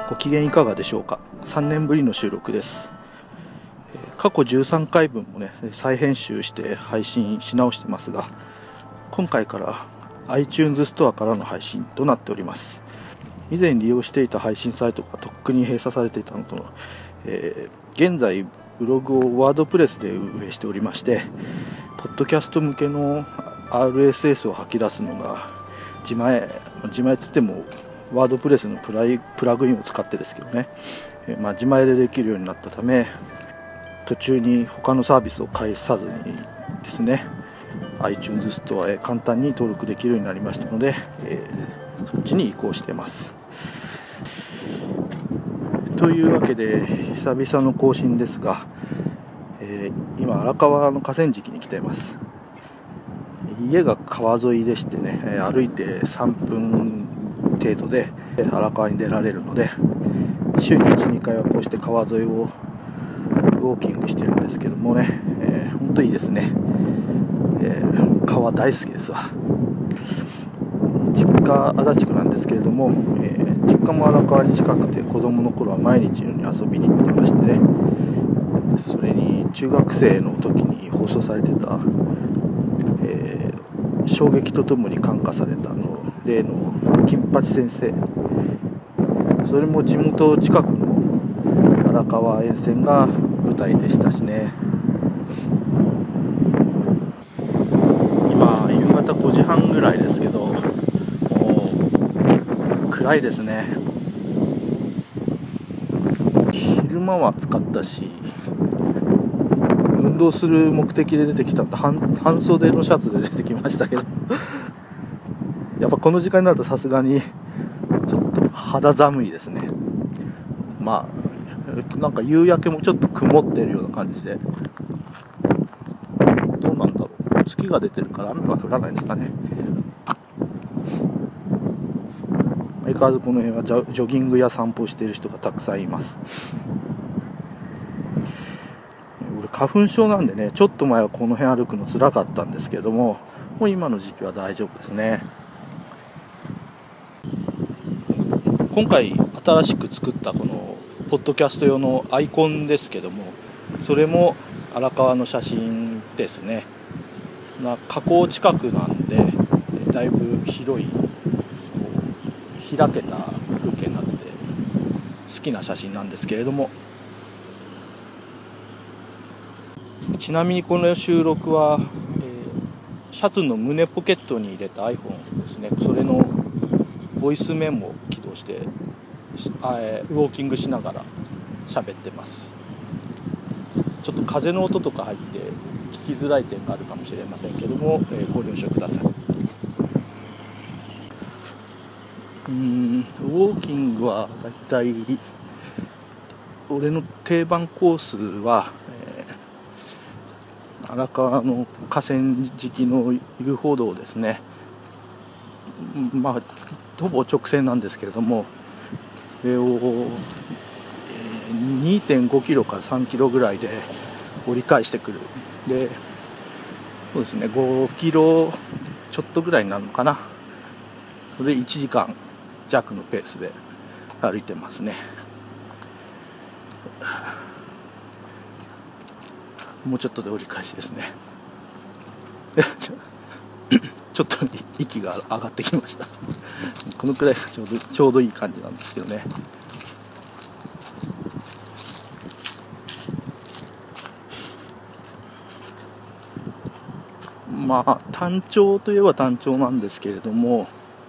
ご機嫌いかがでしょうか。3年ぶりの収録です。過去13回分もね再編集して配信し直してますが、今回から iTunes ストアからの配信となっております。以前利用していた配信サイトがとっくに閉鎖されていたのと、現在ブログをワードプレスで運営しておりまして、ポッドキャスト向けの RSS を吐き出すのが自前といってもワードプレスのプラグインを使ってですけどね、自前でできるようになったため、途中に他のサービスを介さずにですね iTunes ストアへ簡単に登録できるようになりましたので、そっちに移行してます。というわけで久々の更新ですが、今荒川の河川敷に来ています。家が川沿いでしてね、歩いて3分程度で荒川に出られるので、週に 1,2 回はこうして川沿いをウォーキングしてるんですけどもね、本当にいいですね。川大好きですわ。実家足立区なんですけれども、実家も荒川に近くて、子供の頃は毎日のように遊びに行ってましてね、それに中学生の時に放送されてた、衝撃とともに感化された例の金八先生、それも地元近くの荒川沿線が舞台でしたしね。今夕方5時半ぐらいですけど、暗いですね。昼間は暑かったし、運動する目的で出てきたんで半袖のシャツで出てきましたけどやっぱこの時間になるとさすがにちょっと肌寒いですね。なんか夕焼けもちょっと曇ってるような感じで、どうなんだろう、月が出てるから雨は降らないですかね。相変わらずこの辺はジョギングや散歩している人がたくさんいます。俺花粉症なんでね、ちょっと前はこの辺歩くの辛かったんですけども、もう今の時期は大丈夫ですね。今回新しく作ったこのポッドキャスト用のアイコンですけども、それも荒川の写真ですね。河口近くなんでだいぶ広い開けた風景になって好きな写真なんですけれども、ちなみにこの収録は、シャツの胸ポケットに入れた iPhone ですね。それのボイスメモを起動してウォーキングしながら喋ってます。ちょっと風の音とか入って聞きづらい点があるかもしれませんけども、ご了承ください。ウォーキングはだいたい俺の定番コースは、荒川の河川敷の遊歩道ですね。ほぼ直線なんですけれども、それを、2.5 キロから3キロぐらいで折り返してくる。で、そうですね、5キロちょっとぐらいになるのかな。それで1時間弱のペースで歩いてますね。もうちょっとで折り返しですね。ちょっと息が上がってきました。このくらいがちょうどいい感じなんですけどね。単調といえば単調なんですけれども、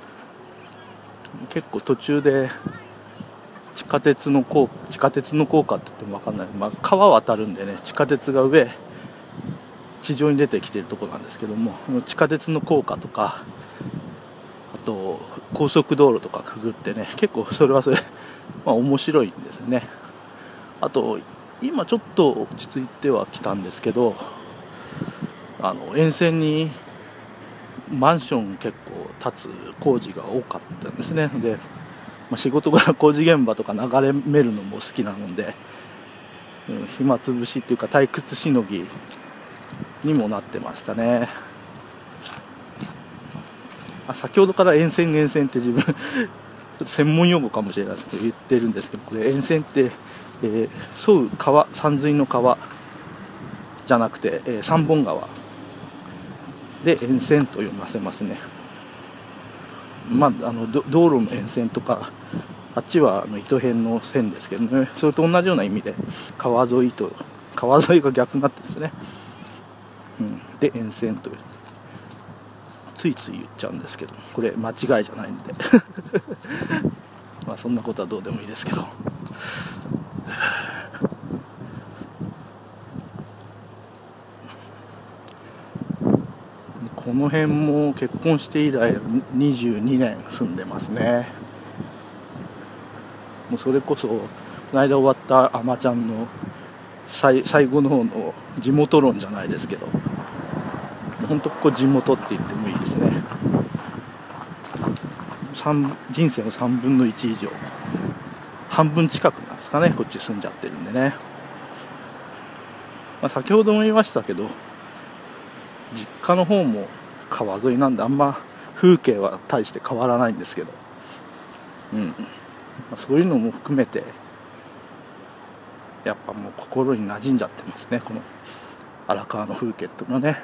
結構途中で地下鉄の効果って言っても分かんない、川渡るんでね、地下鉄が地上に出てきているところなんですけども、地下鉄の高架とか、あと高速道路とかくぐってね、結構それはそれ、面白いんですよね。あと今ちょっと落ち着いてはきたんですけど、沿線にマンション結構建つ工事が多かったんですね。で、仕事柄工事現場とか眺めるのも好きなので、暇つぶしっていうか退屈しのぎにもなってましたね。先ほどから沿線って自分っと専門用語かもしれないですけど言ってるんですけど、これ沿線って、沿う川、山水の川じゃなくて、三本川で沿線と読ませますね。まあ、道路の沿線とか、あっちは糸辺の線ですけどね、それと同じような意味で川沿いが逆になってですね、で沿線という、ついつい言っちゃうんですけど、これ間違いじゃないんでまあそんなことはどうでもいいですけど、この辺も結婚して以来22年住んでますね。もうそれこそこの間終わったあまちゃんの最後の方の地元論じゃないですけど、本当ここ地元って言ってもいいですね。人生の3分の1以上、半分近くなんですかね、こっち住んじゃってるんでね。まあ、先ほども言いましたけど、実家の方も川沿いなんであんま風景は大して変わらないんですけど、そういうのも含めてやっぱもう心に馴染んじゃってますね、この荒川の風景っていうのはね。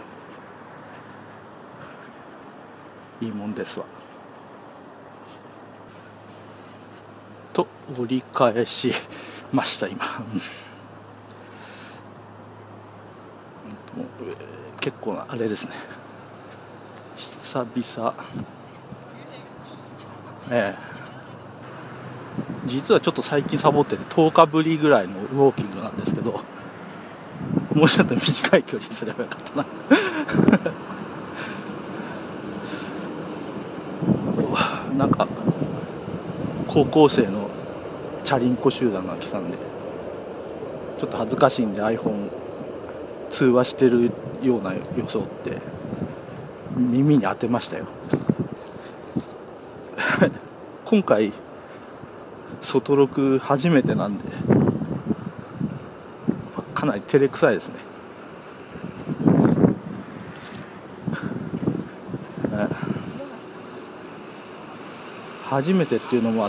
いいもんですわ。と折り返しました今。結構なあれですね、久々、実はちょっと最近サボってて10日ぶりぐらいのウォーキングなんですけど、もうちょっと短い距離すればよかったななんか高校生のチャリンコ集団が来たんで、ちょっと恥ずかしいんで iPhone 通話してるような装って耳に当てましたよ今回外録初めてなんでかなり照れくさいですね初めてっていうのもあって、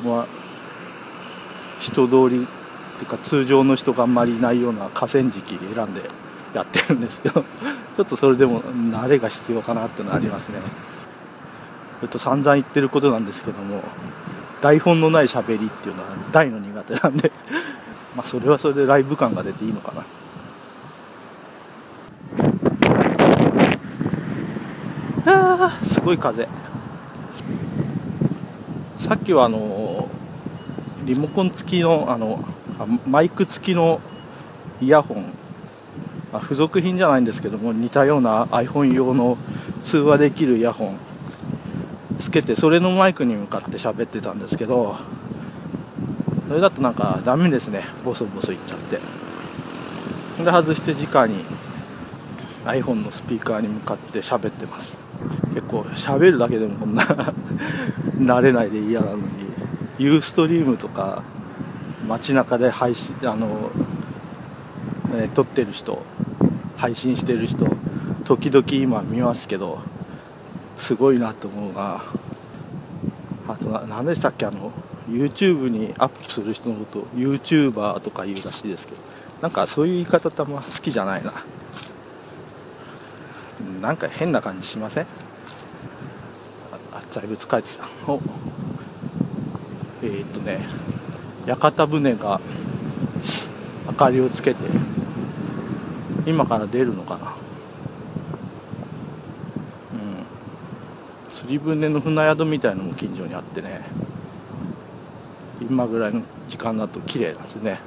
人通りっていうか通常の人があんまりいないような河川敷選んでやってるんですけどちょっとそれでも慣れが必要かなっていうのはありますね。散々言ってることなんですけども、台本のない喋りっていうのは大の苦手なんでそれはそれでライブ感が出ていいのかな。すごい風。さっきはリモコン付きのマイク付きのイヤホン、付属品じゃないんですけども、似たような iPhone 用の通話できるイヤホンつけて、それのマイクに向かって喋ってたんですけど、それだとなんかダメですね、ボソボソ言っちゃって。で外して直に iPhone のスピーカーに向かって喋ってます。結構喋るだけでもこんな慣れないで嫌なのに、ユーストリームとか街中で配信撮ってる人、配信してる人時々今見ますけど、すごいなと思うが、あと何でしたっけ、YouTube にアップする人のことを YouTuber とか言うらしいですけど、なんかそういう言い方ってあんま好きじゃないな。なんか変な感じしません？だいぶ疲れてきた。屋形船が明かりをつけて今から出るのかな。釣り船の船宿みたいのも近所にあってね、今ぐらいの時間だと綺麗なんですね。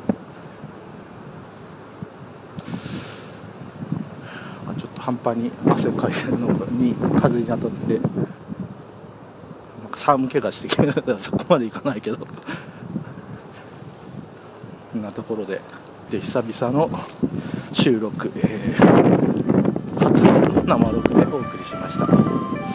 ちょっと半端に汗かいてるのに風に当たってなんか寒気がしてきてそこまでいかないけどこんなところで久々の収録、初の生録でお送りしました。